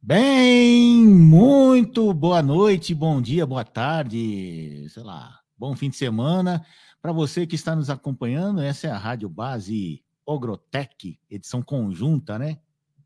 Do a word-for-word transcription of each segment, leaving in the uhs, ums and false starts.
Bem, muito boa noite, bom dia, boa tarde, sei lá, bom fim de semana. Para você que está nos acompanhando, essa é a Rádio Base Ogrotech, edição conjunta, né?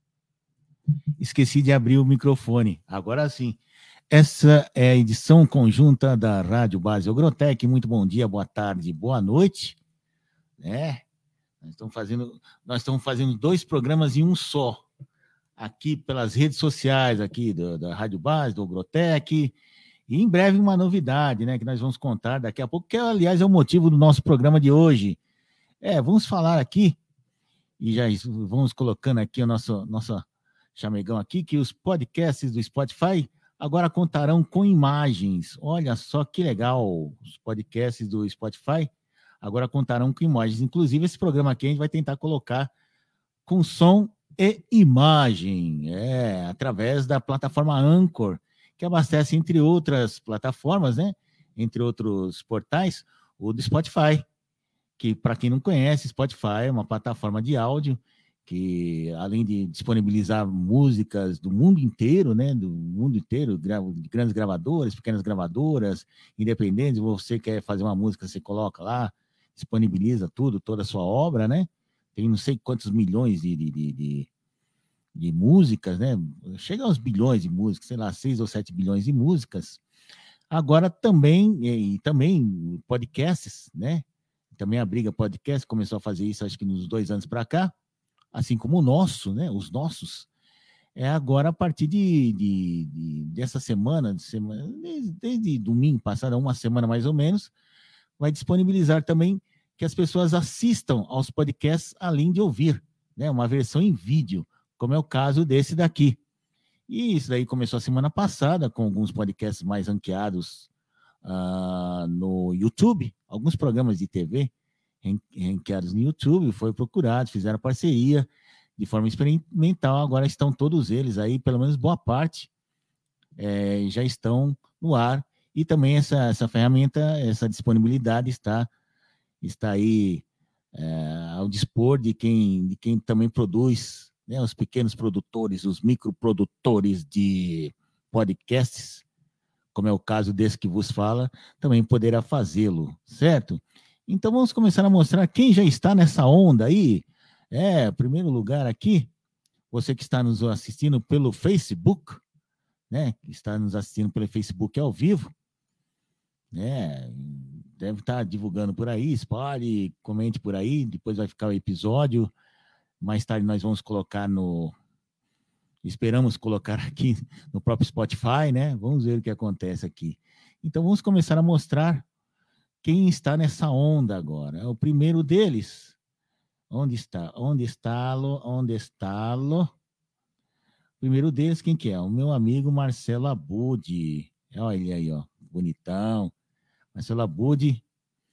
Esqueci de abrir o microfone, agora sim. Essa é a edição conjunta da Rádio Base Ogrotech. Muito bom dia, boa tarde, boa noite. Né? Nós estamos fazendo, nós estamos fazendo dois programas em um só. Aqui pelas redes sociais aqui do, da Rádio Base, do Ogrotech, e em breve uma novidade, né, que nós vamos contar daqui a pouco, que aliás é o motivo do nosso programa de hoje. É, vamos falar aqui, e já vamos colocando aqui o nosso, nosso chamegão aqui, que os podcasts do Spotify agora contarão com imagens. Olha só que legal, os podcasts do Spotify agora contarão com imagens. Inclusive, esse programa aqui a gente vai tentar colocar com som e imagem, é, através da plataforma Anchor, que abastece, entre outras plataformas, né, entre outros portais, o do Spotify, que, para quem não conhece, Spotify é uma plataforma de áudio que, além de disponibilizar músicas do mundo inteiro, né, do mundo inteiro, de grandes gravadoras, pequenas gravadoras, independentes, você quer fazer uma música, você coloca lá, disponibiliza tudo, toda a sua obra, né, tem não sei quantos milhões de, de, de, de, de músicas, né? Chega aos bilhões de músicas, sei lá, seis ou sete bilhões de músicas. Agora também, e também podcasts, né? Também a Briga Podcast começou a fazer isso, acho que nos dois anos para cá, assim como o nosso, né? Os nossos. É agora a partir de, de, de dessa semana, de semana desde, desde domingo passado, uma semana mais ou menos, vai disponibilizar também que as pessoas assistam aos podcasts além de ouvir, né? Uma versão em vídeo, como é o caso desse daqui. E isso daí começou a semana passada, com alguns podcasts mais ranqueados uh, no YouTube, alguns programas de T V ranqueados no YouTube, foi procurado, fizeram parceria de forma experimental, agora estão todos eles aí, pelo menos boa parte, é, já estão no ar, e também essa, essa ferramenta, essa disponibilidade está está aí é, ao dispor de quem, de quem também produz, né, os pequenos produtores, os microprodutores de podcasts, como é o caso desse que vos fala, também poderá fazê-lo, certo? Então vamos começar a mostrar quem já está nessa onda aí. É, primeiro lugar aqui, você que está nos assistindo pelo Facebook, né, que está nos assistindo pelo Facebook ao vivo, né, deve estar divulgando por aí, espalhe, comente por aí, depois vai ficar o episódio, mais tarde nós vamos colocar no, esperamos colocar aqui no próprio Spotify, né, vamos ver o que acontece aqui. Então vamos começar a mostrar quem está nessa onda agora. O primeiro deles, onde está? Onde está-lo? Onde está-lo? O primeiro deles, quem que é? O meu amigo Marcelo Abud, olha ele aí, ó, bonitão, Marcelo Abud,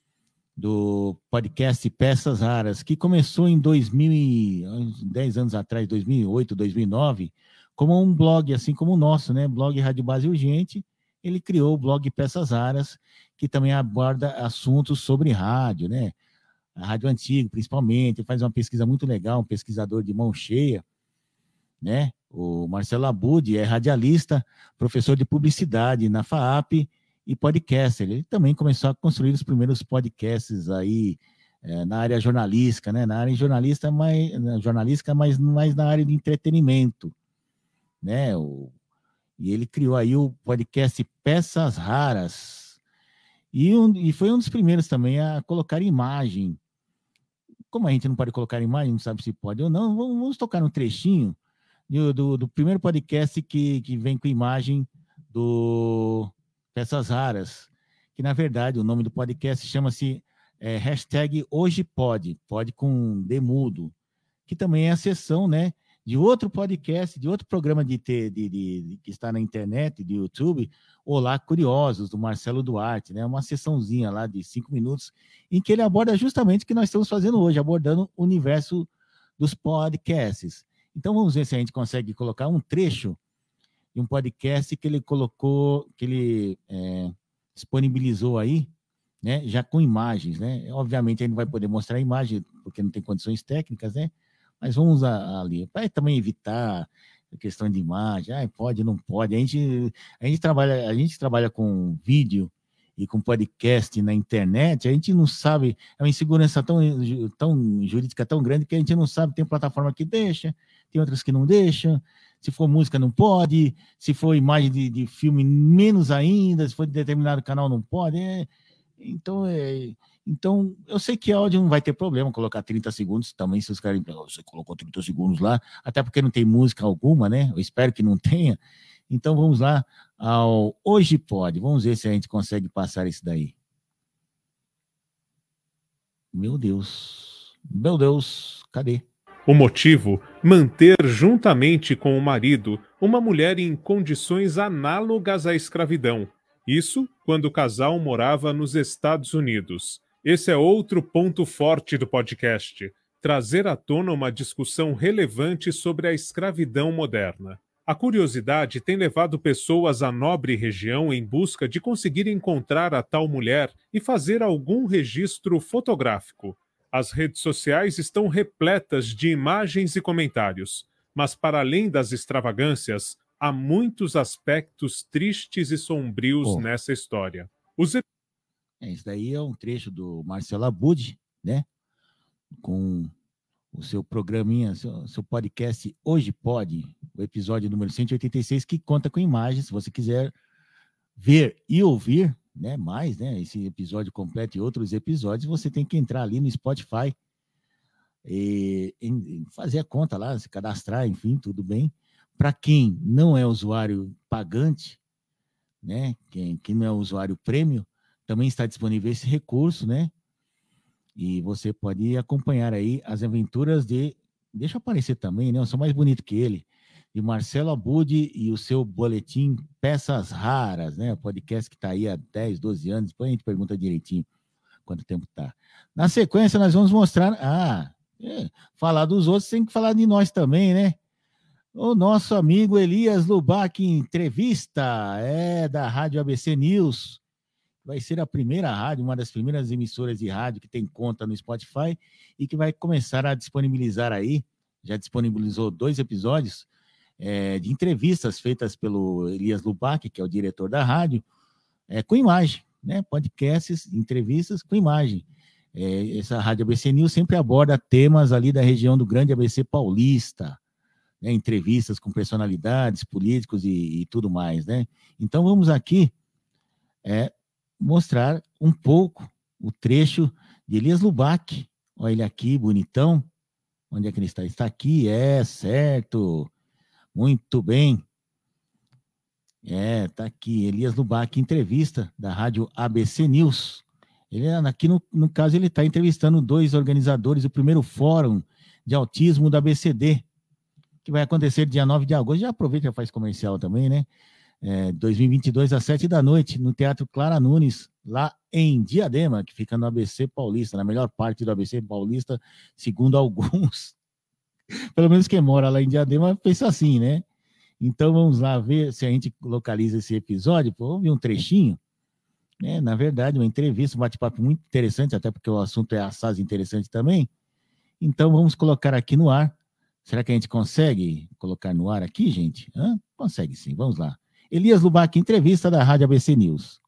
do podcast Peças Raras, que começou em dois mil e dez anos atrás, dois mil e oito, dois mil e nove, como um blog, assim como o nosso, né? Blog Rádio Base Urgente. Ele criou o blog Peças Raras, que também aborda assuntos sobre rádio, né? A rádio antiga, principalmente. Ele faz uma pesquisa muito legal, um pesquisador de mão cheia, né? O Marcelo Abud é radialista, professor de publicidade na FAAP, e podcaster. Ele também começou a construir os primeiros podcasts aí é, na área jornalística, né? Na área jornalista, mais, jornalística, mas mais na área de entretenimento, né? O, e ele criou aí o podcast Peças Raras. E, um, e foi um dos primeiros também a colocar imagem. Como a gente não pode colocar imagem, não sabe se pode ou não, vamos, vamos tocar um trechinho do, do, do primeiro podcast que, que vem com imagem do Peças Raras, que na verdade o nome do podcast chama-se é, hashtag Hoje Pode, pode com demudo, que também é a seção, né, de outro podcast, de outro programa de, de, de, de que está na internet, de YouTube, Olá Curiosos, do Marcelo Duarte, né, uma sessãozinha lá de cinco minutos, em que ele aborda justamente o que nós estamos fazendo hoje, abordando o universo dos podcasts. Então vamos ver se a gente consegue colocar um trecho de um podcast que ele colocou, que ele é, disponibilizou aí, né, já com imagens, né? Obviamente a gente não vai poder mostrar a imagem, porque não tem condições técnicas, né? Mas vamos ali, para também evitar questão de imagem, ah, pode, não pode. A gente, a gente trabalha, a gente trabalha com vídeo e com podcast na internet, a gente não sabe, é uma insegurança tão, tão jurídica tão grande que a gente não sabe, tem plataforma que deixa, tem outras que não deixam, se for música não pode, se for imagem de, de filme menos ainda, se for de determinado canal não pode, é, então, é, então eu sei que áudio não vai ter problema colocar trinta segundos também, se os caras, você colocou trinta segundos lá, até porque não tem música alguma, né, eu espero que não tenha. Então vamos lá ao Hoje Pode, vamos ver se a gente consegue passar isso daí. Meu Deus, meu Deus, cadê? O motivo? Manter juntamente com o marido uma mulher em condições análogas à escravidão. Isso quando o casal morava nos Estados Unidos. Esse é outro ponto forte do podcast: trazer à tona uma discussão relevante sobre a escravidão moderna. A curiosidade tem levado pessoas à nobre região em busca de conseguir encontrar a tal mulher e fazer algum registro fotográfico. As redes sociais estão repletas de imagens e comentários, mas para além das extravagâncias, há muitos aspectos tristes e sombrios oh. nessa história. Os... É, isso daí é um trecho do Marcelo Abud, né? Com o seu programinha, seu, seu podcast Hoje Pode, o episódio número cento e oitenta e seis, que conta com imagens. Se você quiser ver e ouvir, né, mais, né, esse episódio completo e outros episódios, você tem que entrar ali no Spotify e, e fazer a conta lá, se cadastrar, enfim, tudo bem. Para quem não é usuário pagante, né, quem, quem não é usuário prêmio, também está disponível esse recurso, né, e você pode acompanhar aí as aventuras de, deixa eu aparecer também, né, eu sou mais bonito que ele, de Marcelo Abud e o seu boletim Peças Raras, né? O podcast que está aí há dez, doze anos, depois a gente pergunta direitinho quanto tempo está. Na sequência, nós vamos mostrar... Ah, é, falar dos outros tem que falar de nós também, né? O nosso amigo Elias Lubac, entrevista, é da Rádio A B C News. Vai ser a primeira rádio, uma das primeiras emissoras de rádio que tem conta no Spotify e que vai começar a disponibilizar aí, já disponibilizou dois episódios, É, de entrevistas feitas pelo Elias Lubac, que é o diretor da rádio, é, com imagem, né? Podcasts, entrevistas com imagem. É, essa Rádio A B C News sempre aborda temas ali da região do Grande A B C Paulista, né? Entrevistas com personalidades, políticos e, e tudo mais, né? Então vamos aqui é, mostrar um pouco o trecho de Elias Lubac. Olha ele aqui, bonitão. Onde é que ele está? Está aqui, é certo. Muito bem. É, tá aqui, Elias Lubac, entrevista da Rádio A B C News. Ele, aqui no, no caso, ele está entrevistando dois organizadores do primeiro Fórum de Autismo da A B C D, que vai acontecer dia nove de agosto. Já aproveita e já faz comercial também, né? É, dois mil e vinte e dois, às sete da noite, no Teatro Clara Nunes, lá em Diadema, que fica no A B C Paulista, na melhor parte do A B C Paulista, segundo alguns. Pelo menos quem mora lá em Diadema pensa assim, né? Então vamos lá ver se a gente localiza esse episódio. Vou ouvir um trechinho. Né? Na verdade, uma entrevista, um bate-papo muito interessante, até porque o assunto é assaz interessante também. Então vamos colocar aqui no ar. Será que a gente consegue colocar no ar aqui, gente? Hã? Consegue sim, vamos lá. Elias Lubac, entrevista da Rádio A B C News.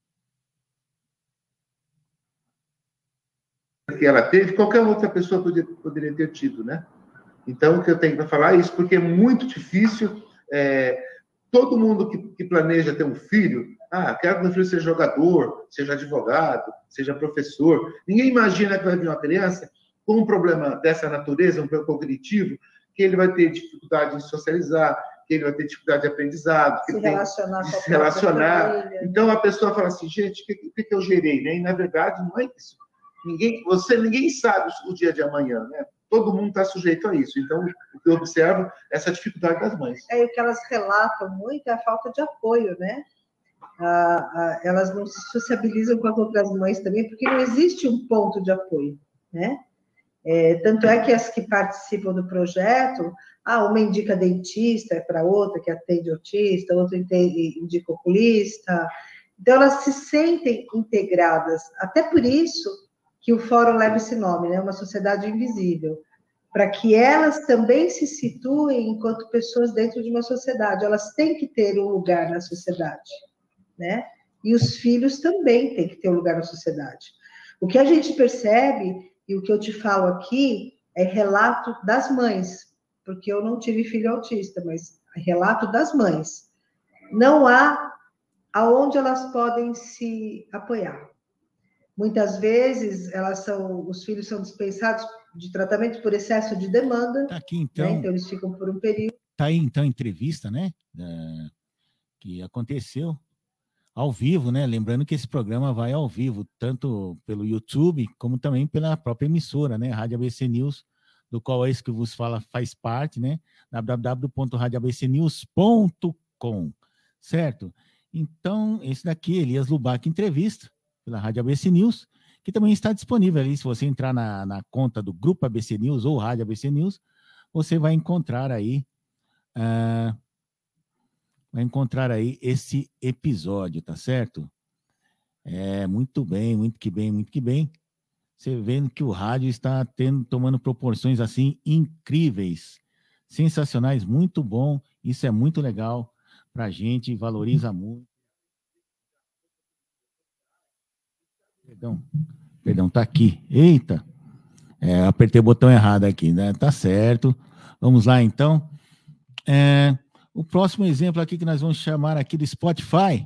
Que ela teve, qualquer outra pessoa poderia, poderia ter tido, né? Então, o que eu tenho para falar é isso, porque é muito difícil. É, todo mundo que, que planeja ter um filho, ah, quero que meu filho seja jogador, seja advogado, seja professor. Ninguém imagina que vai vir uma criança com um problema dessa natureza, um problema cognitivo, que ele vai ter dificuldade em socializar, que ele vai ter dificuldade de aprendizado, que se tem, relacionar de com se relacionar. família. Então, a pessoa fala assim, gente, o que, que, que eu gerei? Né? E, na verdade, não é isso. Ninguém, você, ninguém sabe o dia de amanhã, né? Todo mundo está sujeito a isso. Então, o que eu observo é essa dificuldade das mães. É, o que elas relatam muito é a falta de apoio, né? Ah, ah, elas não se sociabilizam com as outras mães também, porque não existe um ponto de apoio, né? É, tanto é que as que participam do projeto, ah, uma indica dentista para outra que atende autista, outra indica oculista. Então, elas se sentem integradas. Até por isso que o fórum leva esse nome, né? Uma sociedade invisível. para que elas também se situem enquanto pessoas dentro de uma sociedade. Elas têm que ter um lugar na sociedade, né? E os filhos também têm que ter um lugar na sociedade. O que a gente percebe, e o que eu te falo aqui, é relato das mães, porque eu não tive filho autista, mas é relato das mães. Não há aonde elas podem se apoiar. Muitas vezes, elas são, os filhos são dispensados de tratamento por excesso de demanda. Tá aqui, então. Né? Então, eles ficam por um período. Tá aí, então, a entrevista, né? Uh, que aconteceu ao vivo, né? Lembrando que esse programa vai ao vivo, tanto pelo YouTube, como também pela própria emissora, né? Rádio A B C News, do qual é isso que vos fala, faz parte, né? w w w ponto rádio a b c news ponto com, certo? Então, esse daqui, Elias Lubac, entrevista pela Rádio A B C News, que também está disponível ali. Se você entrar na, na conta do Grupo A B C News ou Rádio A B C News, você vai encontrar aí, uh, vai encontrar aí esse episódio, tá certo? É, muito bem, muito que bem, muito que bem. Você vendo que o rádio está tendo, tomando proporções assim incríveis, sensacionais, muito bom. Isso é muito legal para a gente, valoriza muito. Perdão, perdão, tá aqui. Eita, é, apertei o botão errado aqui, né? Tá certo. Vamos lá, então. É, o próximo exemplo aqui que nós vamos chamar aqui do Spotify.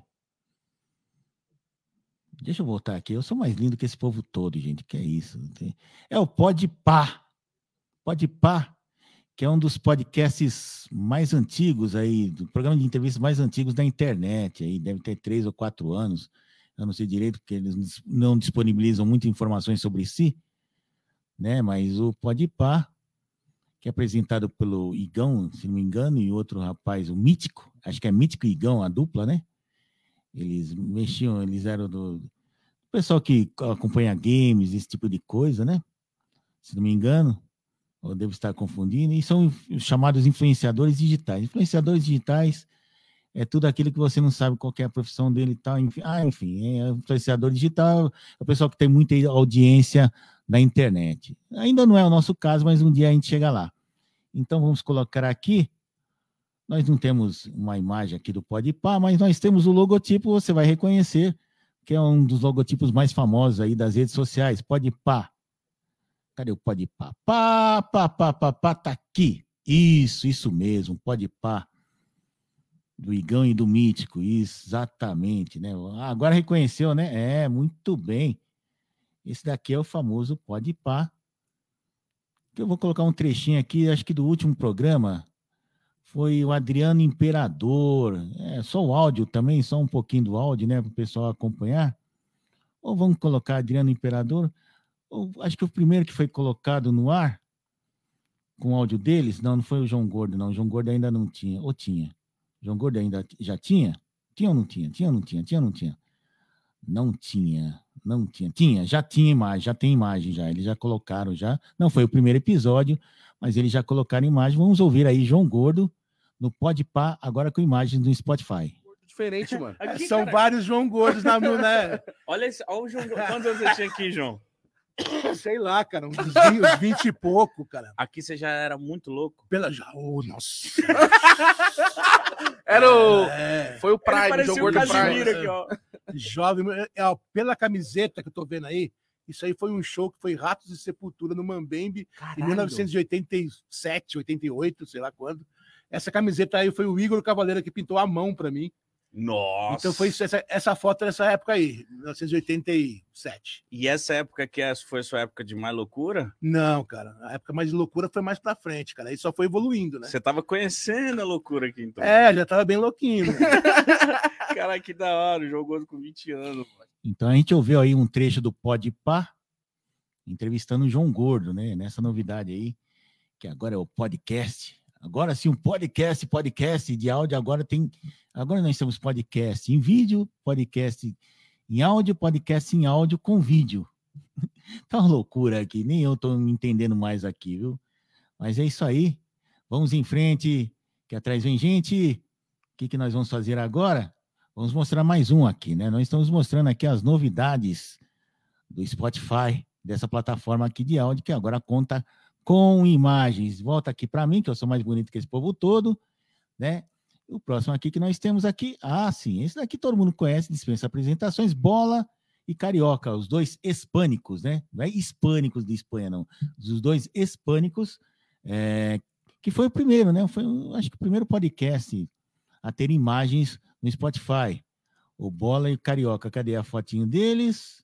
Deixa eu voltar aqui. Eu sou mais lindo que esse povo todo, gente. Que é isso? É o Podpah. Podpah, que é um dos podcasts mais antigos aí, do programa de entrevistas mais antigos da internet. Aí deve ter três ou quatro anos. Eu não sei direito, porque eles não disponibilizam muitas informações sobre si, né? Mas o Podpah, que é apresentado pelo Igão, se não me engano, e outro rapaz, o Mítico, acho que é Mítico e Igão, a dupla, né? Eles mexiam, eles eram do pessoal que acompanha games, esse tipo de coisa, né? Se não me engano, eu devo estar confundindo, e são chamados influenciadores digitais. Influenciadores digitais é tudo aquilo que você não sabe qual que é a profissão dele e tal. Enfim, ah, enfim, é influenciador digital, é o pessoal que tem muita audiência na internet. Ainda não é o nosso caso, mas um dia a gente chega lá. Então, vamos colocar aqui. Nós não temos uma imagem aqui do Podpah, mas nós temos o logotipo, você vai reconhecer, que é um dos logotipos mais famosos aí das redes sociais, Podpah. Cadê o Podpah? Pá, pá, pá, pá, pá, tá aqui. Isso, isso mesmo, Podpah. Do Igão e do Mítico, exatamente, né? Agora reconheceu, né? É, muito bem. Esse daqui é o famoso Podpah. Eu vou colocar um trechinho aqui, acho que do último programa, foi o Adriano Imperador. É, só o áudio também, só um pouquinho do áudio, né? Para o pessoal acompanhar. Ou vamos colocar Adriano Imperador? Ou, acho que o primeiro que foi colocado no ar, com o áudio deles, não, não foi o João Gordo, não. O João Gordo ainda não tinha, ou tinha? João Gordo ainda já tinha? Tinha ou não tinha? Tinha ou não tinha? Tinha ou não tinha? Não tinha, não tinha. Tinha, já tinha imagem, já tem imagem já. Eles já colocaram já. Não foi o primeiro episódio, mas eles já colocaram imagem. Vamos ouvir aí João Gordo no Podpah, agora com imagens no Spotify. Diferente, mano. Aqui, São cara. vários João Gordos na minha, né? Olha, esse, olha o João. Quantos anos você tinha aqui, João? Sei lá, cara, uns vinte, uns vinte e pouco, cara. Aqui você já era muito louco. Pela já, oh, nossa. Era o É. foi o Prime, Ele o João parecia Gordo o Casimiro Prime. aqui, ó. Jovem, é, ó, pela camiseta que eu tô vendo aí, isso aí foi um show que foi Ratos e Sepultura no Mambembe em mil novecentos e oitenta e sete, oitenta e oito, sei lá quando. Essa camiseta aí foi o Igor Cavaleiro que pintou a mão pra mim. Nossa. Então foi isso, essa, essa foto dessa época aí, mil novecentos e oitenta e sete. E essa época que foi a sua época de mais loucura? Não, cara, a época mais de loucura foi mais pra frente, cara. Aí só foi evoluindo, né? Você tava conhecendo a loucura aqui, então. É, já tava bem louquinho. Né? Cara, que da hora, o João Gordo com vinte anos. Mano. Então a gente ouviu aí um trecho do Podpah, entrevistando o João Gordo, né? Nessa novidade aí, que agora é o podcast. Agora sim, um podcast, podcast de áudio, agora tem... Agora nós temos podcast em vídeo, podcast em áudio, podcast em áudio com vídeo. Tá uma loucura aqui, nem eu tô me entendendo mais aqui, viu? Mas é isso aí, vamos em frente, que atrás vem gente. O que, que nós vamos fazer agora? Vamos mostrar mais um aqui, né? Nós estamos mostrando aqui as novidades do Spotify, dessa plataforma aqui de áudio, que agora conta com imagens. Volta aqui para mim, que eu sou mais bonito que esse povo todo, né? O próximo aqui que nós temos aqui, ah, sim, esse daqui todo mundo conhece, dispensa apresentações, Bola e Carioca, os dois hispânicos, né? Não é hispânicos de Espanha, não. Os dois hispânicos, é, que foi o primeiro, né? Foi, acho que o primeiro podcast a ter imagens no Spotify. O Bola e o Carioca, cadê a fotinho deles?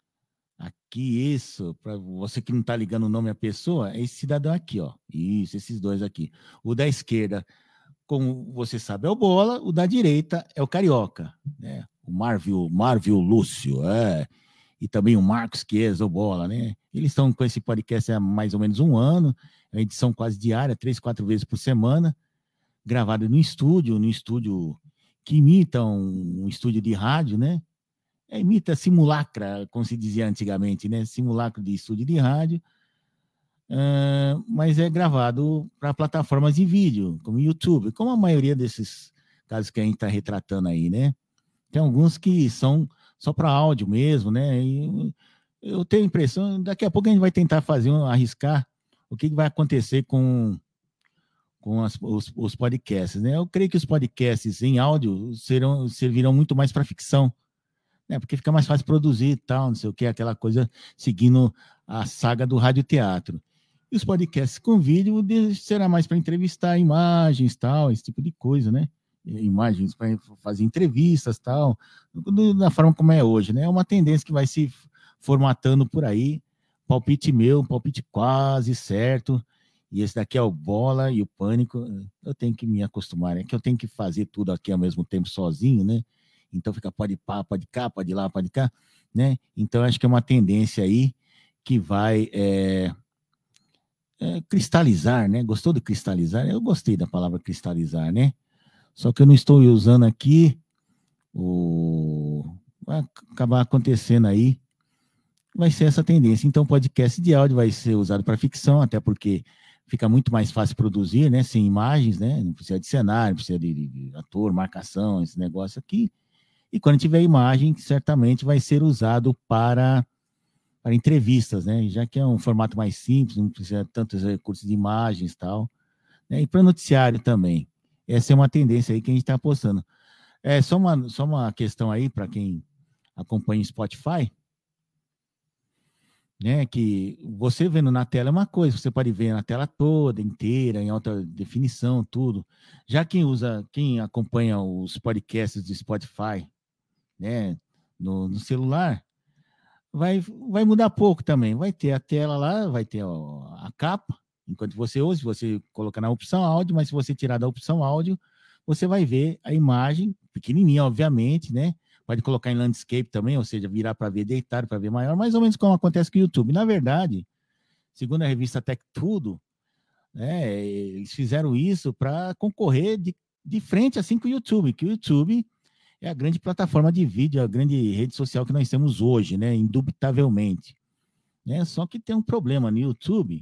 Aqui, isso, para você que não está ligando o nome à pessoa, é esse cidadão aqui, ó. Isso, esses dois aqui. O da esquerda, como você sabe, é o Bola, o da direita é o Carioca, né? O Marvio, Marvio Lúcio, é, e também o Marcos Chiesa, o Bola, né? Eles estão com esse podcast há mais ou menos um ano, a edição quase diária, três, quatro vezes por semana, gravado no estúdio, no estúdio que imita um, um estúdio de rádio, né? É, imita simulacra, como se dizia antigamente, né? Simulacro de estúdio de rádio, uh, mas é gravado para plataformas de vídeo, como YouTube, como a maioria desses casos que a gente está retratando aí, né? Tem alguns que são só para áudio mesmo, né? E eu tenho a impressão, daqui a pouco a gente vai tentar fazer, um, arriscar o que vai acontecer com, com as, os, os podcasts, né? Eu creio que os podcasts em áudio serão, servirão muito mais para ficção, né? Porque fica mais fácil produzir e tal, não sei o que, aquela coisa seguindo a saga do radioteatro. E os podcasts com vídeo será mais para entrevistar imagens tal, esse tipo de coisa, né? Imagens para fazer entrevistas tal, da forma como é hoje, né? É uma tendência que vai se formatando por aí. Palpite meu, palpite quase certo. E esse daqui é o Bola e o Pânico. Eu tenho que me acostumar, é que eu tenho que fazer tudo aqui ao mesmo tempo sozinho, né? Então fica pode pá, pode cá, pode lá, pode cá, né? Então acho que é uma tendência aí que vai é, é, cristalizar, né? Gostou de cristalizar? Eu gostei da palavra cristalizar, né? Só que eu não estou usando aqui, o... vai acabar acontecendo aí, vai ser essa tendência. Então, podcast de áudio vai ser usado para ficção, até porque fica muito mais fácil produzir, né? Sem imagens, né? Não precisa de cenário, não precisa de, de ator, marcação, esse negócio aqui. E quando tiver imagem, certamente vai ser usado para, para entrevistas, né? Já que é um formato mais simples, não precisa de tantos recursos de imagens e tal, né? E para noticiário também. Essa é uma tendência aí que a gente está apostando. É só uma, só uma questão aí para quem acompanha o Spotify, né? Que você vendo na tela é uma coisa, você pode ver na tela toda, inteira, em alta definição, tudo. Já quem usa, quem acompanha os podcasts do Spotify, né? No, no celular, vai, vai mudar pouco também. Vai ter a tela lá, vai ter ó, a capa. Enquanto você usa, você coloca na opção áudio, mas se você tirar da opção áudio, você vai ver a imagem, pequenininha, obviamente, né? Pode colocar em landscape também, ou seja, virar para ver deitado, para ver maior, mais ou menos como acontece com o YouTube. Na verdade, segundo a revista Tech Tudo, né, eles fizeram isso para concorrer de, de frente assim com o YouTube, que o YouTube é a grande plataforma de vídeo, a grande rede social que nós temos hoje, né? Indubitavelmente. Né? Só que tem um problema no YouTube,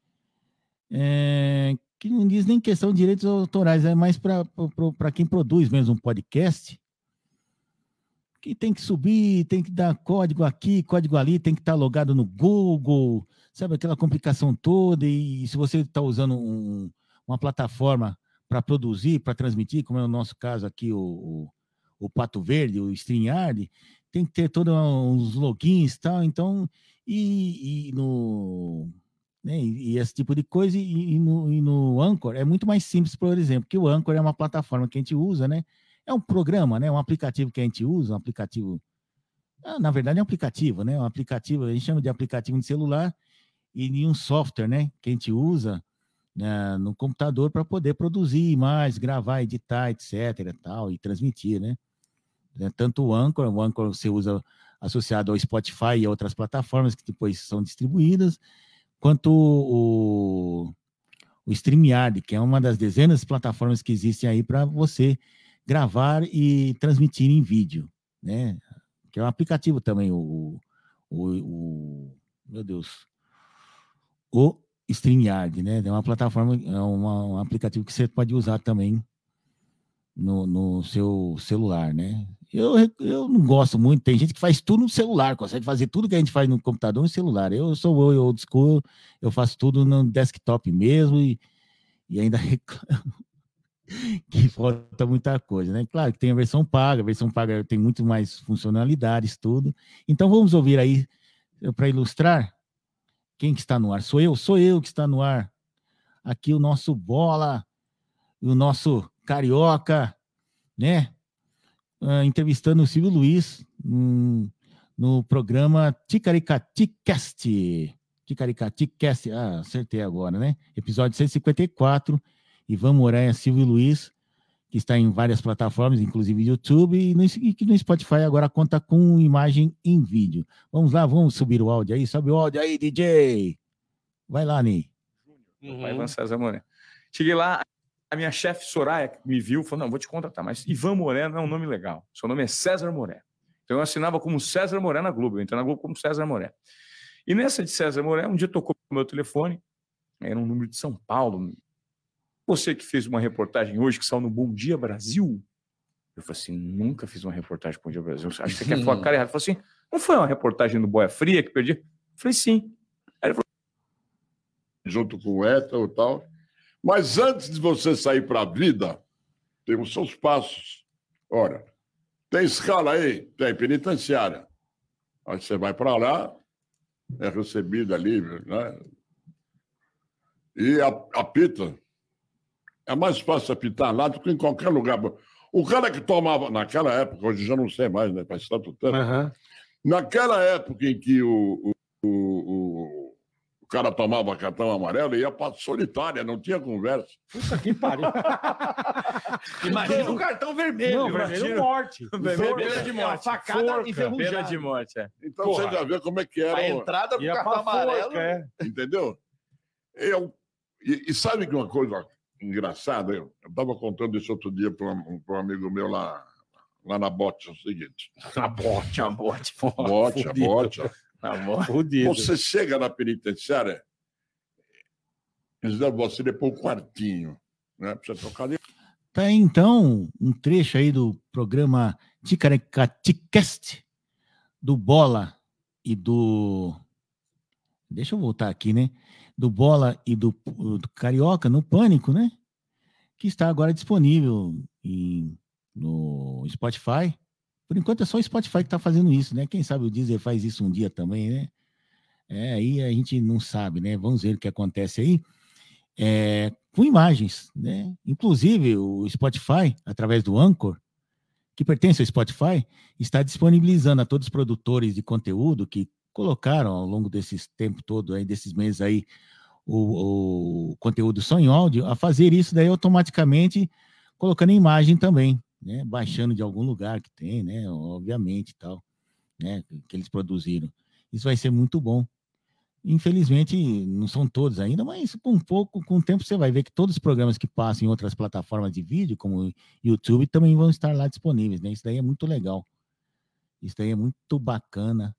É, que não diz nem questão de direitos autorais, é mais para quem produz mesmo um podcast, que tem que subir, tem que dar código aqui, código ali, tem que estar logado no Google, sabe, aquela complicação toda, e, e se você está usando um, uma plataforma para produzir, para transmitir, como é o nosso caso aqui, o, o, o Pato Verde, o StreamYard, tem que ter todos uns logins e tal, então, e, e no... Né, e, e esse tipo de coisa, e, e, no, e no Anchor é muito mais simples, por exemplo, que o Anchor é uma plataforma que a gente usa, né? É um programa, né? Um aplicativo que a gente usa, um aplicativo. Ah, na verdade, é um aplicativo, né? Um aplicativo, a gente chama de aplicativo de celular e de um software, né? Que a gente usa, né, no computador para poder produzir imagens, gravar, editar, etc. Tal, e transmitir, né? Tanto o Anchor, o Anchor você usa associado ao Spotify e a outras plataformas que depois são distribuídas, quanto o, o StreamYard, que é uma das dezenas de plataformas que existem aí para você gravar e transmitir em vídeo, né? Que é um aplicativo também, o, o, o meu Deus, o StreamYard, né? É uma plataforma, é uma, um aplicativo que você pode usar também no, no seu celular, né? Eu, eu não gosto muito, tem gente que faz tudo no celular, consegue fazer tudo que a gente faz no computador no celular. Eu sou old school, eu faço tudo no desktop mesmo e, e ainda reclamo que falta muita coisa, né? Claro que tem a versão paga, a versão paga tem muito mais funcionalidades, tudo. Então vamos ouvir aí, para ilustrar, quem que está no ar? Sou eu? Sou eu que está no ar. Aqui o nosso Bola, o nosso Carioca, né? Uh, entrevistando o Silvio Luiz um, no programa Ticaricaticast. Ticaricaticast, ah, acertei agora, né? Episódio cento e cinquenta e quatro. Ivan Moraes, Silvio Luiz, que está em várias plataformas, inclusive YouTube, e no, e que no Spotify agora conta com imagem em vídeo. Vamos lá, vamos subir o áudio aí. Sobe o áudio aí, D J. Vai lá, Ney. Uhum. Vai, Ivan César Moreira. Cheguei lá, a minha chefe Soraya me viu, falou, não, vou te contratar, mas Ivan Moreno é um nome legal. Seu nome é César Moreno. Então eu assinava como César Moreno na Globo, eu entrei na Globo como César Moreno. E nessa de César Moreno, um dia tocou o meu telefone, era um número de São Paulo. Você que fez uma reportagem hoje, que saiu no Bom Dia Brasil? Eu falei assim, nunca fiz uma reportagem pro Bom Dia Brasil. Acho que você quer falar cara errado. Ele falou assim, não foi uma reportagem do Boia Fria que perdi? Eu falei, sim. Aí ele falou, junto com o Héctor e tal. Mas antes de você sair para a vida, tem os seus passos. Ora, tem escala aí? Tem, penitenciária. Aí você vai para lá, é recebido ali, né? E apita. É mais fácil apitar lá do que em qualquer lugar. O cara que tomava, naquela época, hoje já não sei mais, né? Faz tanto tempo. Uhum. Naquela época em que o, o, o, o cara tomava cartão amarelo, ia para solitária, não tinha conversa. Puta que pariu. Imagina um cartão vermelho. Não, vermelho morte. Vermelho pena de morte. Facada enferrujada. Pena de morte, é. Então Porra. Você já vê como é que era. A entrada do cartão amarelo. Forca, é. Entendeu? Eu, e, e sabe que uma coisa engraçada, eu estava contando isso outro dia para um, um amigo meu lá, lá na Bote, é o seguinte. A Bote, a Bote. Bote, a Bote. A Bote. Você chega na penitenciária, eles levam você depois um quartinho, né? Pra você trocar de... Tá aí, então, um trecho aí do programa Ticaricaticast, do Bola e do... Deixa eu voltar aqui, né? Do Bola e do, do Carioca, no Pânico, né? Que está agora disponível em, no Spotify. Por enquanto é só o Spotify que está fazendo isso, né? Quem sabe o Deezer faz isso um dia também, né? É, aí a gente não sabe, né? Vamos ver o que acontece aí. É, com imagens, né? Inclusive o Spotify, através do Anchor, que pertence ao Spotify, está disponibilizando a todos os produtores de conteúdo que colocaram ao longo desses tempo todo, aí, desses meses aí, o, o conteúdo só em áudio, a fazer isso daí automaticamente, colocando em imagem também, né? Baixando de algum lugar que tem, né? Obviamente, tal, né? Que eles produziram. Isso vai ser muito bom. Infelizmente, não são todos ainda, mas com um pouco, com o tempo, você vai ver que todos os programas que passam em outras plataformas de vídeo, como o YouTube, também vão estar lá disponíveis, né? Isso daí é muito legal. Isso daí é muito bacana,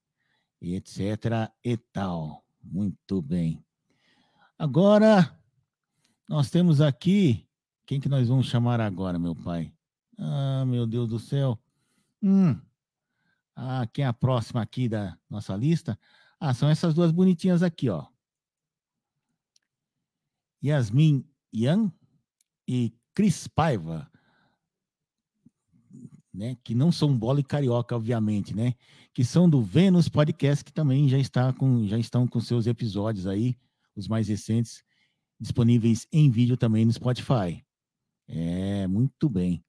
etc e tal. Muito bem. Agora, nós temos aqui... Quem que nós vamos chamar agora, meu pai? Ah, meu Deus do céu. Hum. Ah, quem é a próxima aqui da nossa lista? Ah, são essas duas bonitinhas aqui, ó. Yasmin Yan e Cris Paiva, né? Que não são Bola e Carioca, obviamente, né? Que são do Vênus Podcast, que também já, está com, já estão com seus episódios aí, os mais recentes, disponíveis em vídeo também no Spotify. É, muito bem.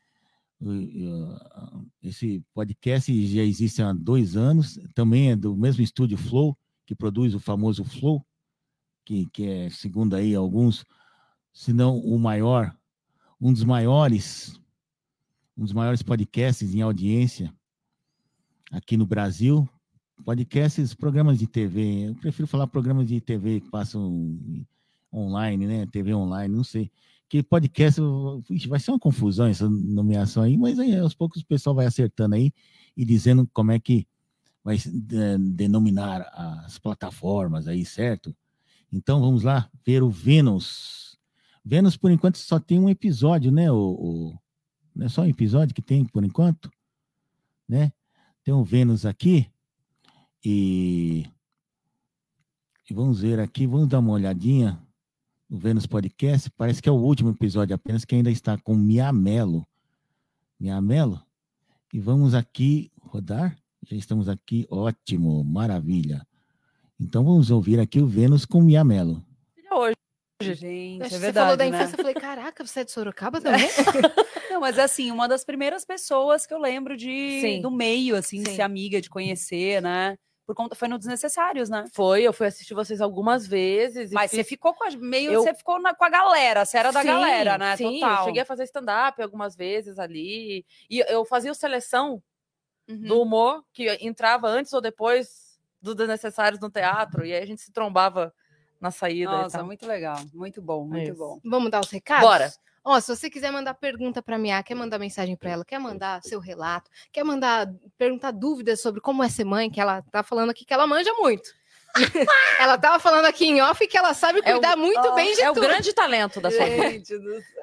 Esse podcast já existe há dois anos, também é do mesmo estúdio Flow, que produz o famoso Flow, que, que é, segundo aí alguns, se não o maior, um dos maiores, um dos maiores podcasts em audiência aqui no Brasil. Podcasts, programas de T V, eu prefiro falar programas de T V que passam online, né? T V online, não sei. Que podcast, vai ser uma confusão essa nomeação aí, mas aí aos poucos o pessoal vai acertando aí e dizendo como é que vai de, denominar as plataformas aí, certo? Então vamos lá ver o Vênus. Vênus, por enquanto, só tem um episódio, né, o, o, Não é só um episódio que tem por enquanto, né? Tem um Vênus aqui e, e vamos ver aqui, vamos dar uma olhadinha no Vênus Podcast. Parece que é o último episódio apenas, que ainda está com Mia Mello. Mia Mello. E vamos aqui rodar. Já estamos aqui, ótimo, maravilha. Então vamos ouvir aqui o Vênus com Mia Mello. Hoje, gente, é você verdade, falou da né? infância, eu falei, caraca, você é de Sorocaba também? Não, mas assim, uma das primeiras pessoas que eu lembro de Sim. do meio, assim, de Sim. ser amiga, de conhecer, né? Por conta, foi no Desnecessários, né? Foi, eu fui assistir vocês algumas vezes. Mas e você fiz... ficou com a, meio, Eu- você ficou na- com a galera, você era da Sim, galera, né? Sim, Total. eu cheguei a fazer stand-up algumas vezes ali. E eu fazia o seleção Uhum. do humor, que entrava antes ou depois dos Desnecessários no teatro. E aí a gente se trombava na saída e Nossa, tal. muito legal, muito bom, muito Isso. bom. Vamos dar os recados? Bora. Ó, se você quiser mandar pergunta para a Mia, quer mandar mensagem para ela, quer mandar seu relato, quer mandar perguntar dúvidas sobre como é ser mãe, que ela tá falando aqui que ela manja muito. Ela tava falando aqui em off que ela sabe É o- cuidar muito ó, bem de É o tudo. grande talento da sua mãe. Gente do céu.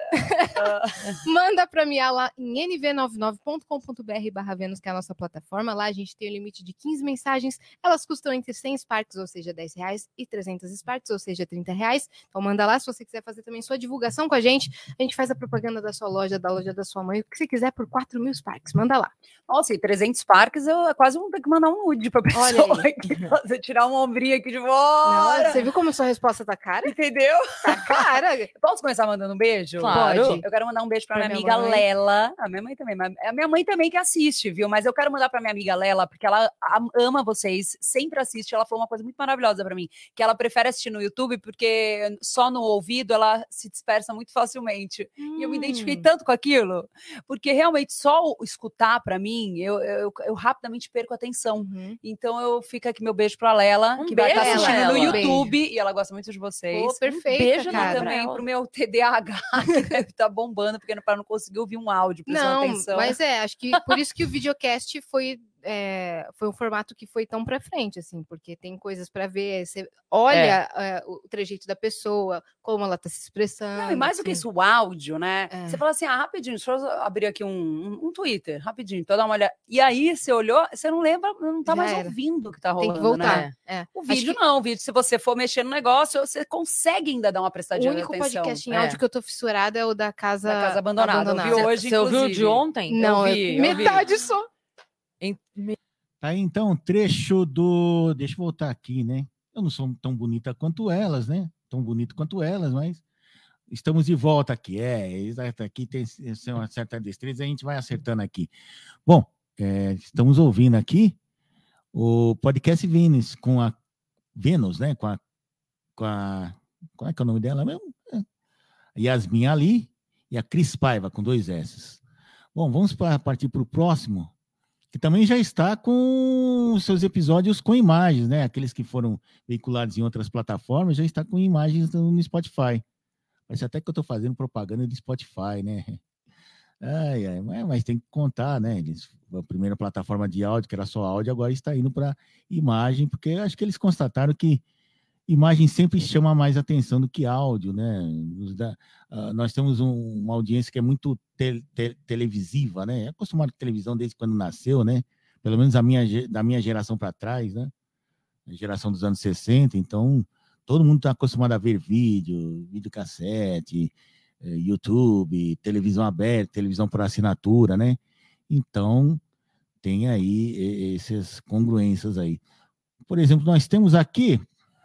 Manda para Mia lá em n v nove nove ponto com ponto b r barra Vênus, que é a nossa plataforma. Lá a gente tem o limite de quinze mensagens. Elas custam entre cem Sparks, ou seja, dez reais, e trezentos Sparks, ou seja, trinta reais. Então manda lá, se você quiser fazer também sua divulgação com a gente. A gente faz a propaganda da sua loja, da loja da sua mãe, o que você quiser por quatro mil Sparks. Manda lá. Nossa, e trezentos parques, eu é quase um ter que mandar um nude pra pessoa. Olha aí. aqui. Você tirar um ombrinho aqui de Não, fora. você viu como a sua resposta tá cara? Entendeu? Tá cara. Posso começar mandando um beijo? Claro. Pode. Eu quero mandar um beijo pra, Pra minha minha amiga mãe. Lela. A minha mãe também. Mas a minha mãe também que assiste, viu? Mas eu quero mandar pra minha amiga Lela, porque ela am- ama vocês, sempre assiste. Ela falou uma coisa muito maravilhosa pra mim, que ela prefere assistir no YouTube, porque só no ouvido ela se dispersa muito facilmente. E eu me identifiquei Hum. tanto com aquilo, porque realmente só o escutar pra mim, eu, eu, eu rapidamente perco a atenção. Uhum. Então eu fico aqui meu beijo pra Lela, Um que vai estar beijo, assistindo no Lela. YouTube, e ela gosta muito de vocês. Pô, perfeita, beijo E cara. também Ela. pro meu T D A H, que deve estar bombando, porque para não conseguir ouvir um áudio, prestando Não, atenção. mas é, acho que por isso que o videocast foi, é, foi um formato que foi tão pra frente, assim, porque tem coisas pra ver, você olha é, o trejeito da pessoa, como ela tá se expressando. Não, e mais do que assim. isso, o áudio, né? É. Você fala assim, ah, rapidinho, deixa eu abrir aqui um, um, um Twitter, rapidinho, pra eu dar uma olhada. E aí, você olhou, você não lembra, não tá Já mais era. ouvindo o que tá Tem rolando, que voltar. né? É. O Acho vídeo que não, o vídeo, se você for mexer no negócio, você consegue ainda dar uma o prestadinha de único atenção. podcast em É. áudio que eu tô fissurada é o da Casa, Da Casa Abandonada. Eu vi hoje, Você ouviu o de inclusive. ontem? Não, eu é vi, eu vi. metade só. Em- Tá aí, então, um trecho do. Deixa eu voltar aqui, né? Eu não sou tão bonita quanto elas, né? Tão bonito quanto elas, mas estamos de volta aqui. É, exato, aqui tem tem uma certa destreza, a gente vai acertando aqui. Bom, é, estamos ouvindo aqui o podcast Vênus com a Vênus, né? Com a, com a. Qual é que é o nome dela mesmo? É. Yasmin Ali e a Cris Paiva, com dois S. Bom, vamos pra, partir para o próximo, que também já está com seus episódios com imagens, né? Aqueles que foram veiculados em outras plataformas, já está com imagens no, no Spotify. Parece até que eu estou fazendo propaganda do Spotify, né? Ai, ai, mas, mas tem que contar, né? Eles, a primeira plataforma de áudio, que era só áudio, agora está indo para imagem, porque acho que eles constataram que imagem sempre chama mais atenção do que áudio, né? Nos dá- ah, nós temos um- uma audiência que é muito te- te- televisiva, né? É acostumado com televisão desde quando nasceu, né? Pelo menos a minha, ge- da minha geração para trás, né? A geração dos anos sessenta, então todo mundo está acostumado a ver vídeo, videocassete, eh, YouTube, televisão aberta, televisão por assinatura, né? Então tem aí eh, essas congruências aí. Por exemplo, nós temos aqui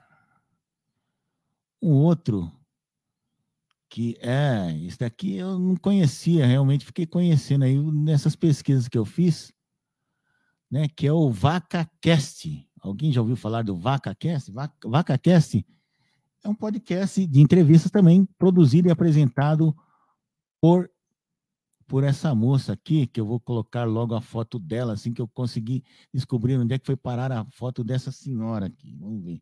um outro que é, esse daqui eu não conhecia, realmente fiquei conhecendo aí nessas pesquisas que eu fiz, né, que é o VacaCast. Alguém já ouviu falar do VacaCast? Vaca- VacaCast é um podcast de entrevistas também, produzido e apresentado por, por essa moça aqui, que eu vou colocar logo a foto dela, assim que eu consegui descobrir onde é que foi parar a foto dessa senhora aqui. Vamos ver.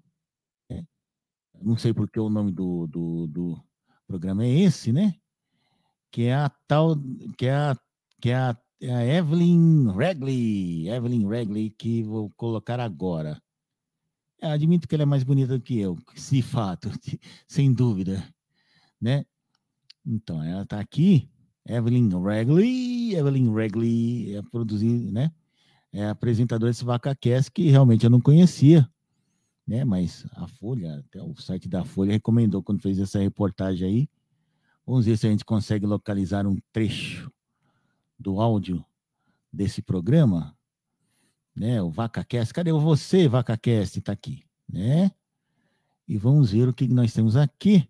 Não sei porque o nome do, do, do programa é esse, né? Que é a tal, que é a, que é a, é a Evelyn Regley, Evelyn Regley, que vou colocar agora. Eu admito que ela é mais bonita do que eu, de fato, sem dúvida, né? Então, ela está aqui, Evelyn Regli, Evelyn Regli é produzindo, né? É apresentadora desse VacaCast que realmente eu não conhecia, né? Mas a Folha, até o site da Folha recomendou quando fez essa reportagem aí. Vamos ver se a gente consegue localizar um trecho do áudio desse programa, né? O VacaCast. Cadê você, VacaCast? Tá aqui, né? E vamos ver o que nós temos aqui.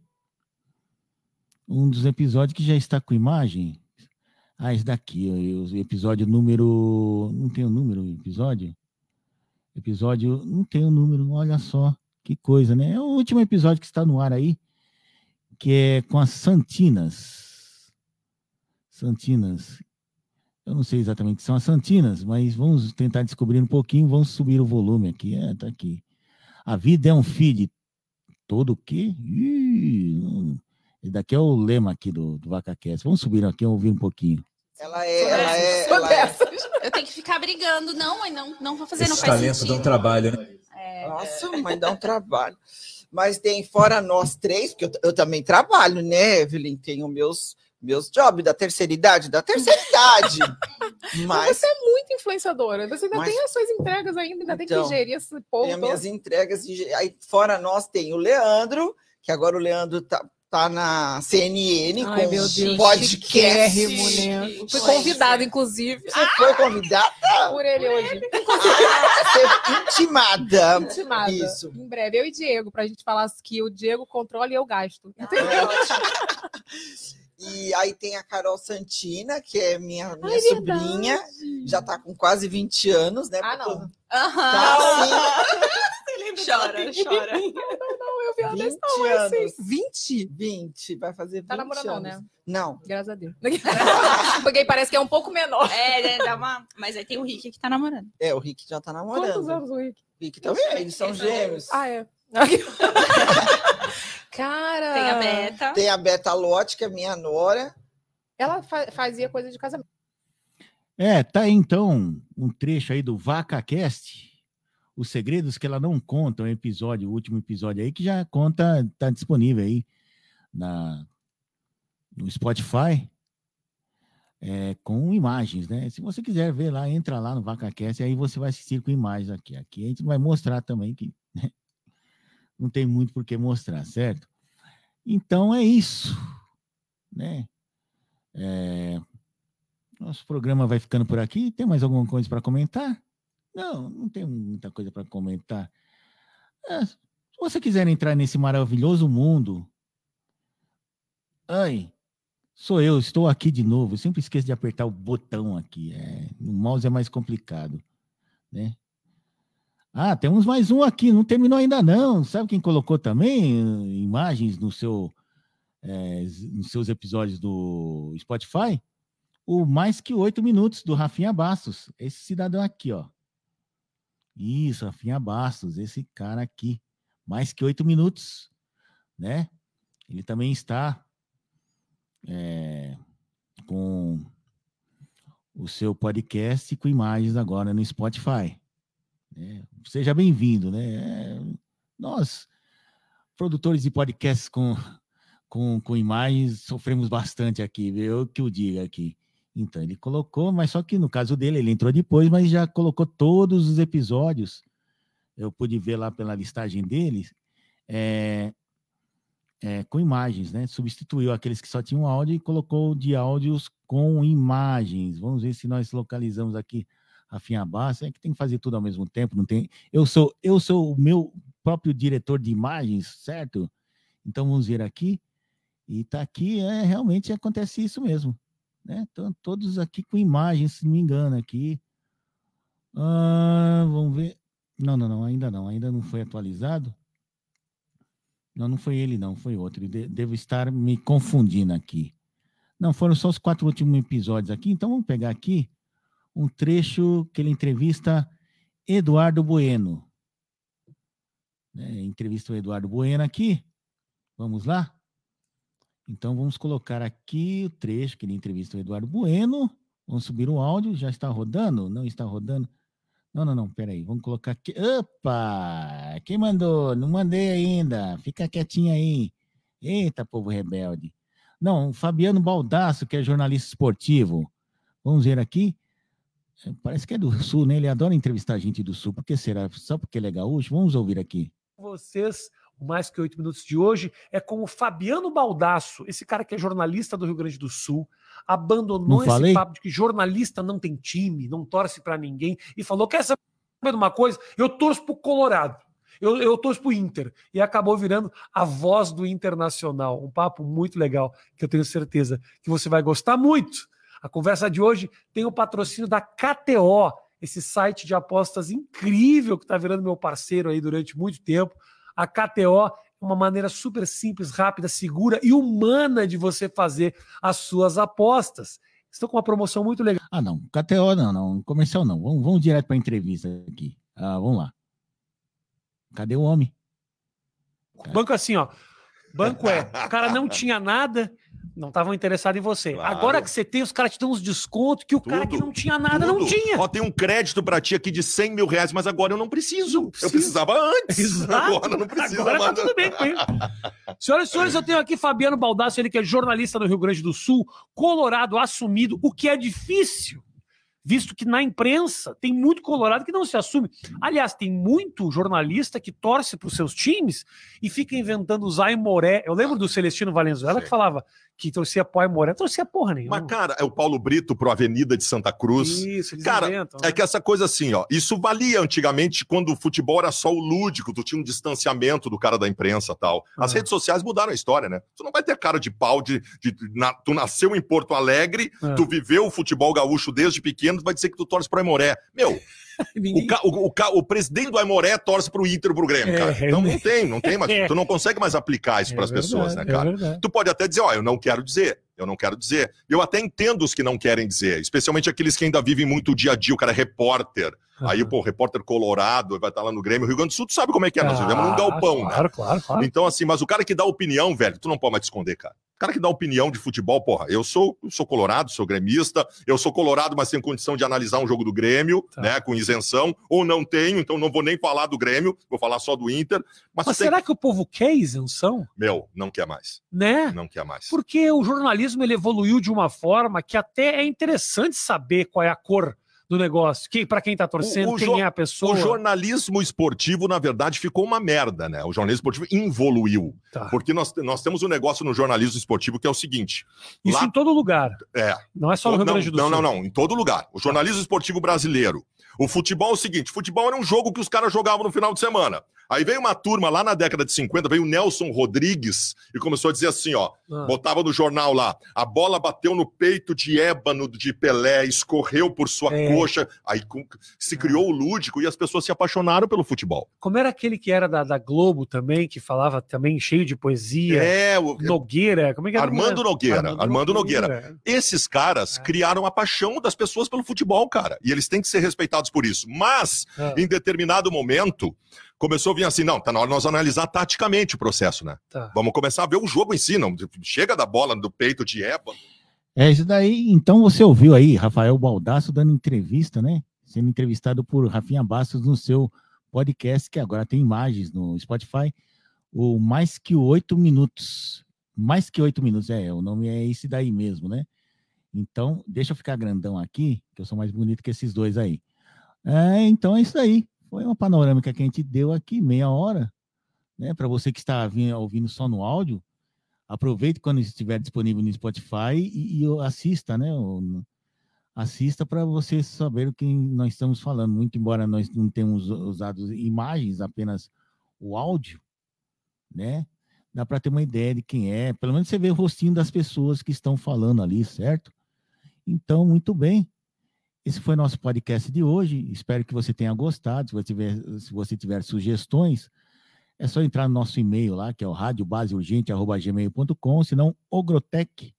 Um dos episódios que já está com imagem. Ah, esse daqui, o episódio número... Não tem o número, o episódio? Episódio... Não tem o número, olha só. Que coisa, né? É o último episódio que está no ar aí, que é com as Santinas. Santinas. Eu não sei exatamente o que são as Santinas, mas vamos tentar descobrir um pouquinho, vamos subir o volume aqui. É, tá aqui. A vida é um feed. Todo o quê? Ih, esse daqui é o lema aqui do, do VacaCast. Vamos subir aqui e ouvir um pouquinho. Ela é, ela é, ela é... Eu tenho que ficar brigando. Não, mãe, não, não vou fazer, Esse não faz talento sentido. dá um trabalho, né? É, Nossa, mas dá um trabalho. Mas tem, fora nós três, porque eu, eu também trabalho, né, Evelyn? Tenho meus, meus jobs da terceira idade, da terceira idade. Mas Mas você é muito influenciadora. Você ainda Mas- tem as suas entregas ainda, ainda tem Então, que gerir esse povo tem as todo. minhas entregas. de- Aí fora nós tem o Leandro, que agora o Leandro tá, tá na C N N Ai, com meu Deus, podcast. chiquérrimo, né? Fui convidado, inclusive. Você foi convidada? Por ele hoje. Ser intimada. Intimada. Isso. Em breve, eu e Diego, pra gente falar que o Diego controla e eu gasto. Entendeu? E aí tem a Carol Santina, que é minha, minha Ai, sobrinha, já tá com quase vinte anos, né? Ah, não. Aham. Tá, Chora, chora. Não, não, eu vi ela desse vinte tamanho assim. anos. vinte? vinte, vai fazer vinte Tá namorando não, anos. né? Não. Graças a Deus. Porque parece que é um pouco menor. É, né, dá uma... Mas aí tem o Rick que tá namorando. É, o Rick já tá namorando. Quantos anos o Rick? Rick também, eles são gêmeos. Ah, é. Cara... Tem a Beta. Tem a Beta Lotte, que é minha nora. Ela fa- fazia coisa de casamento. É, tá aí então um trecho aí do VacaCast, os segredos que ela não conta, um episódio, o último episódio aí, que já conta, tá disponível aí na, no Spotify, é, com imagens, né? Se você quiser ver lá, entra lá no VacaCast, aí você vai assistir com imagens aqui. Aqui a gente vai mostrar também, que né, não tem muito por que mostrar, certo? Então é isso, né? É... Nosso programa vai ficando por aqui. Tem mais alguma coisa para comentar? Não, não tem muita coisa para comentar. É, se você quiser entrar nesse maravilhoso mundo... Ai, sou eu, estou aqui de novo. Eu sempre esqueço de apertar o botão aqui. É, o mouse é mais complicado, né? Ah, temos mais um aqui. Não terminou ainda não. Sabe quem colocou também imagens no seu, é, nos seus episódios do Spotify? O Mais Que Oito Minutos, do Rafinha Bastos. Esse cidadão aqui, ó. Isso, Rafinha Bastos, esse cara aqui. Mais Que Oito Minutos, né? Ele também está é, com o seu podcast com imagens agora no Spotify. Né? Seja bem-vindo, né? É, nós, produtores de podcasts com, com, com imagens, sofremos bastante aqui, viu? Eu que o diga aqui. Então, ele colocou, mas só que no caso dele, ele entrou depois, mas já colocou todos os episódios. Eu pude ver lá pela listagem dele, é, é, com imagens, né? Substituiu aqueles que só tinham áudio e colocou de áudios com imagens. Vamos ver se nós localizamos aqui Rafinha Bastos. É que tem que fazer tudo ao mesmo tempo, não tem? Eu sou, eu sou o meu próprio diretor de imagens, certo? Então, vamos ver aqui. E tá aqui, é, realmente acontece isso mesmo. Né? Então, todos aqui com imagens, se não me engano, aqui. Ah, vamos ver. Não, não, não, ainda não, ainda não foi atualizado. Não, não foi ele, não, foi outro. De- devo estar me confundindo aqui. Não, foram só os quatro últimos episódios aqui. Então, vamos pegar aqui um trecho que ele entrevista Eduardo Bueno. Né? Entrevista o Eduardo Bueno aqui. Vamos lá? Então, vamos colocar aqui o trecho que ele entrevista o Eduardo Bueno. Vamos subir o áudio. Já está rodando? Não está rodando? Não, não, não. Peraí. Vamos colocar aqui. Opa! Quem mandou? Não mandei ainda. Fica quietinho aí. Eita, povo rebelde. Não, Fabiano Baldasso, que é jornalista esportivo. Vamos ver aqui. Parece que é do Sul, né? Ele adora entrevistar gente do Sul. Por que será? Só porque ele é gaúcho? Vamos ouvir aqui. Vocês, o Mais Que Oito Minutos de hoje é com o Fabiano Baldasso, esse cara que é jornalista do Rio Grande do Sul, abandonou esse papo de que jornalista não tem time, não torce pra ninguém, e falou, quer saber de uma coisa? Eu torço pro Colorado. Eu, eu torço pro Inter. E acabou virando a voz do Internacional. Um papo muito legal, que eu tenho certeza que você vai gostar muito. A conversa de hoje tem o patrocínio da K T O, esse site de apostas incrível que está virando meu parceiro aí durante muito tempo. A K T O é uma maneira super simples, rápida, segura e humana de você fazer as suas apostas. Estão com uma promoção muito legal. Ah, não. K T O não, não. Comercial não. Vamos, vamos direto para a entrevista aqui. Ah, vamos lá. Cadê o homem? Banco assim, ó. Banco é, o cara não tinha nada, não estavam interessados em você. Claro. Agora que você tem, os caras te dão uns descontos que o Tudo, cara que não tinha nada tudo. não tinha. Ó, tem um crédito pra ti aqui de cem mil reais, mas agora eu não preciso. Não eu precisava antes. Exato. Agora eu não preciso. Agora mais. tá tudo bem com ele. Senhoras e senhores, eu tenho aqui Fabiano Baldasso, ele que é jornalista do Rio Grande do Sul, colorado, assumido, o que é difícil, visto que na imprensa tem muito colorado que não se assume. Aliás, tem muito jornalista que torce para os seus times e fica inventando os Aimoré. Eu lembro do Celestino Valenzuela, que falava que torcia pro Aimoré, torcia porra nenhuma. Mas, cara, é o Paulo Brito pro Avenida de Santa Cruz. Isso, eles cara, inventam, né? É que essa coisa assim, ó, isso valia antigamente quando o futebol era só o lúdico, tu tinha um distanciamento do cara da imprensa e tal. As Ah. redes sociais mudaram a história, né? Tu não vai ter cara de pau de... de- na- tu nasceu em Porto Alegre, Ah. tu viveu o futebol gaúcho desde pequeno, tu vai dizer que tu torce pro Aimoré. Meu... O, ca- o, o ca- o presidente do Aimoré torce pro Inter e pro Grêmio, cara. É, Então né? não tem, não tem mais. É. Tu não consegue mais aplicar isso É pras verdade, pessoas, né, é cara? verdade. Tu pode até dizer, ó, eu não quero dizer, eu não quero dizer. Eu até entendo os que não querem dizer, especialmente aqueles que ainda vivem muito o dia a dia, o cara é repórter. Aí, pô, repórter colorado, vai estar lá no Grêmio. O Rio Grande do Sul, tu sabe como é que é, nós vivemos num galpão, claro, né? claro, claro. Então, assim, mas o cara que dá opinião, velho, tu não pode mais te esconder, cara. O cara que dá opinião de futebol, porra, eu sou, eu sou colorado, sou gremista, eu sou colorado, mas tenho condição de analisar um jogo do Grêmio, né, com isenção, ou não tenho, então não vou nem falar do Grêmio, vou falar só do Inter. Mas, Mas tu tem- será que o povo quer isenção? Meu, não quer mais. Né? Não quer mais. Porque o jornalismo ele evoluiu de uma forma que até é interessante saber qual é a cor do negócio, que, para quem tá torcendo, O- o quem jo- é a pessoa. O jornalismo esportivo, na verdade, ficou uma merda, né? O jornalismo esportivo involuiu. Tá. Porque nós, nós temos um negócio no jornalismo esportivo que é o seguinte. Isso lá- em todo lugar. É. Não é só no Rio não, Grande do não, Sul. Não, não, em todo lugar. O jornalismo esportivo brasileiro. O futebol é o seguinte, futebol era um jogo que os caras jogavam no final de semana. Aí veio uma turma lá na década de cinquenta, veio o Nelson Rodrigues e começou a dizer assim, ó, Ah. botava no jornal lá, a bola bateu no peito de ébano de Pelé, escorreu por sua É. coxa, aí com- se criou o lúdico e as pessoas se apaixonaram pelo futebol. Como era aquele que era da, da Globo também, que falava também cheio de poesia? É, o- Nogueira, como é que era? Armando Nogueira, Armando, Nogueira. Nogueira. Esses caras criaram a paixão das pessoas pelo futebol, cara. E eles têm que ser respeitados por isso. Mas, Ah. em determinado momento, começou a vir assim, não, tá na hora de nós analisar taticamente o processo, né? Tá. Vamos começar a ver o jogo em si, não. Chega da bola do peito de ébano. É isso daí. Então você ouviu aí Rafael Baldasso dando entrevista, né? Sendo entrevistado por Rafinha Bastos no seu podcast, que agora tem imagens no Spotify, o Mais Que Oito Minutos. Mais Que Oito Minutos, é, o nome é esse daí mesmo, né? Então, deixa eu ficar grandão aqui, que eu sou mais bonito que esses dois aí. É, então é isso aí. Foi uma panorâmica que a gente deu aqui, meia hora, né? Para você que está vi- ouvindo só no áudio, aproveite quando estiver disponível no Spotify e, e assista, né? O- assista para você saber o que nós estamos falando. Muito embora nós não tenhamos usado imagens, apenas o áudio, né? Dá para ter uma ideia de quem é. Pelo menos você vê o rostinho das pessoas que estão falando ali, certo? Então, muito bem. Esse foi nosso podcast de hoje. Espero que você tenha gostado. Se você tiver, se você tiver sugestões, é só entrar no nosso e-mail lá, que é o rádio base urgente arroba gmail ponto com, se não, Ogrotec,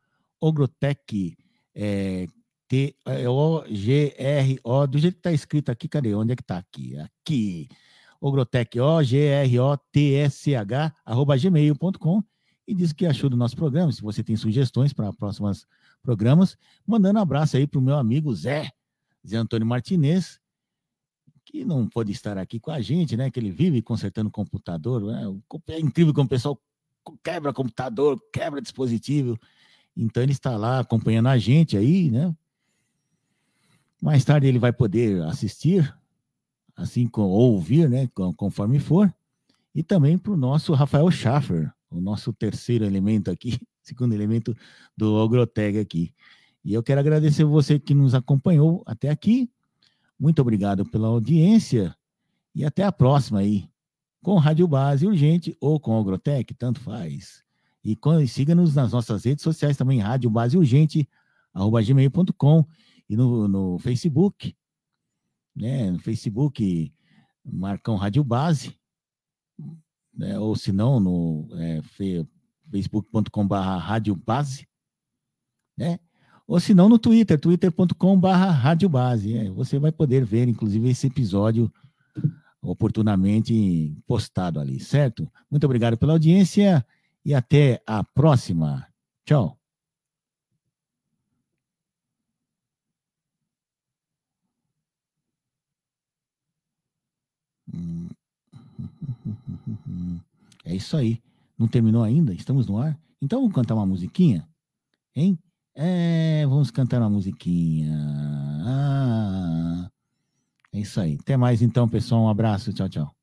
Ogrotec, é, T O G R O, do jeito que está escrito aqui, cadê? Onde é que está aqui? Aqui, Ogrotec, O G R O T S H, arroba gmail ponto com, e diz o que achou do nosso programa. Se você tem sugestões para próximos programas, mandando um abraço aí para o meu amigo Zé, Zé Antônio Martinez, que não pode estar aqui com a gente, né? Que ele vive consertando computador. Né? É incrível como o pessoal quebra computador, quebra dispositivo. Então ele está lá acompanhando a gente aí, né? Mais tarde ele vai poder assistir, assim como ouvir, né? Conforme for. E também para o nosso Rafael Schaffer, o nosso terceiro elemento aqui, segundo elemento do Ogroteg aqui. E eu quero agradecer você que nos acompanhou até aqui. Muito obrigado pela audiência e até a próxima aí, com Rádio Base Urgente ou com Ogroteg, tanto faz. E, e siga-nos nas nossas redes sociais também, Rádio Base Urgente, arroba gmail ponto com, e no, no Facebook, né? No Facebook, Marcão Rádio Base, né? Ou se não, no é, facebook ponto com barra Rádio Base, né? Ou se não, no Twitter, twitter ponto com barra Rádio Base. É, você vai poder ver, inclusive, esse episódio oportunamente postado ali, certo? Muito obrigado pela audiência e até a próxima. Tchau. É isso aí. Não terminou ainda? Estamos no ar? Então vamos cantar uma musiquinha? Hein? É, vamos cantar uma musiquinha. Ah, é isso aí. Até mais então, pessoal. Um abraço. Tchau, tchau.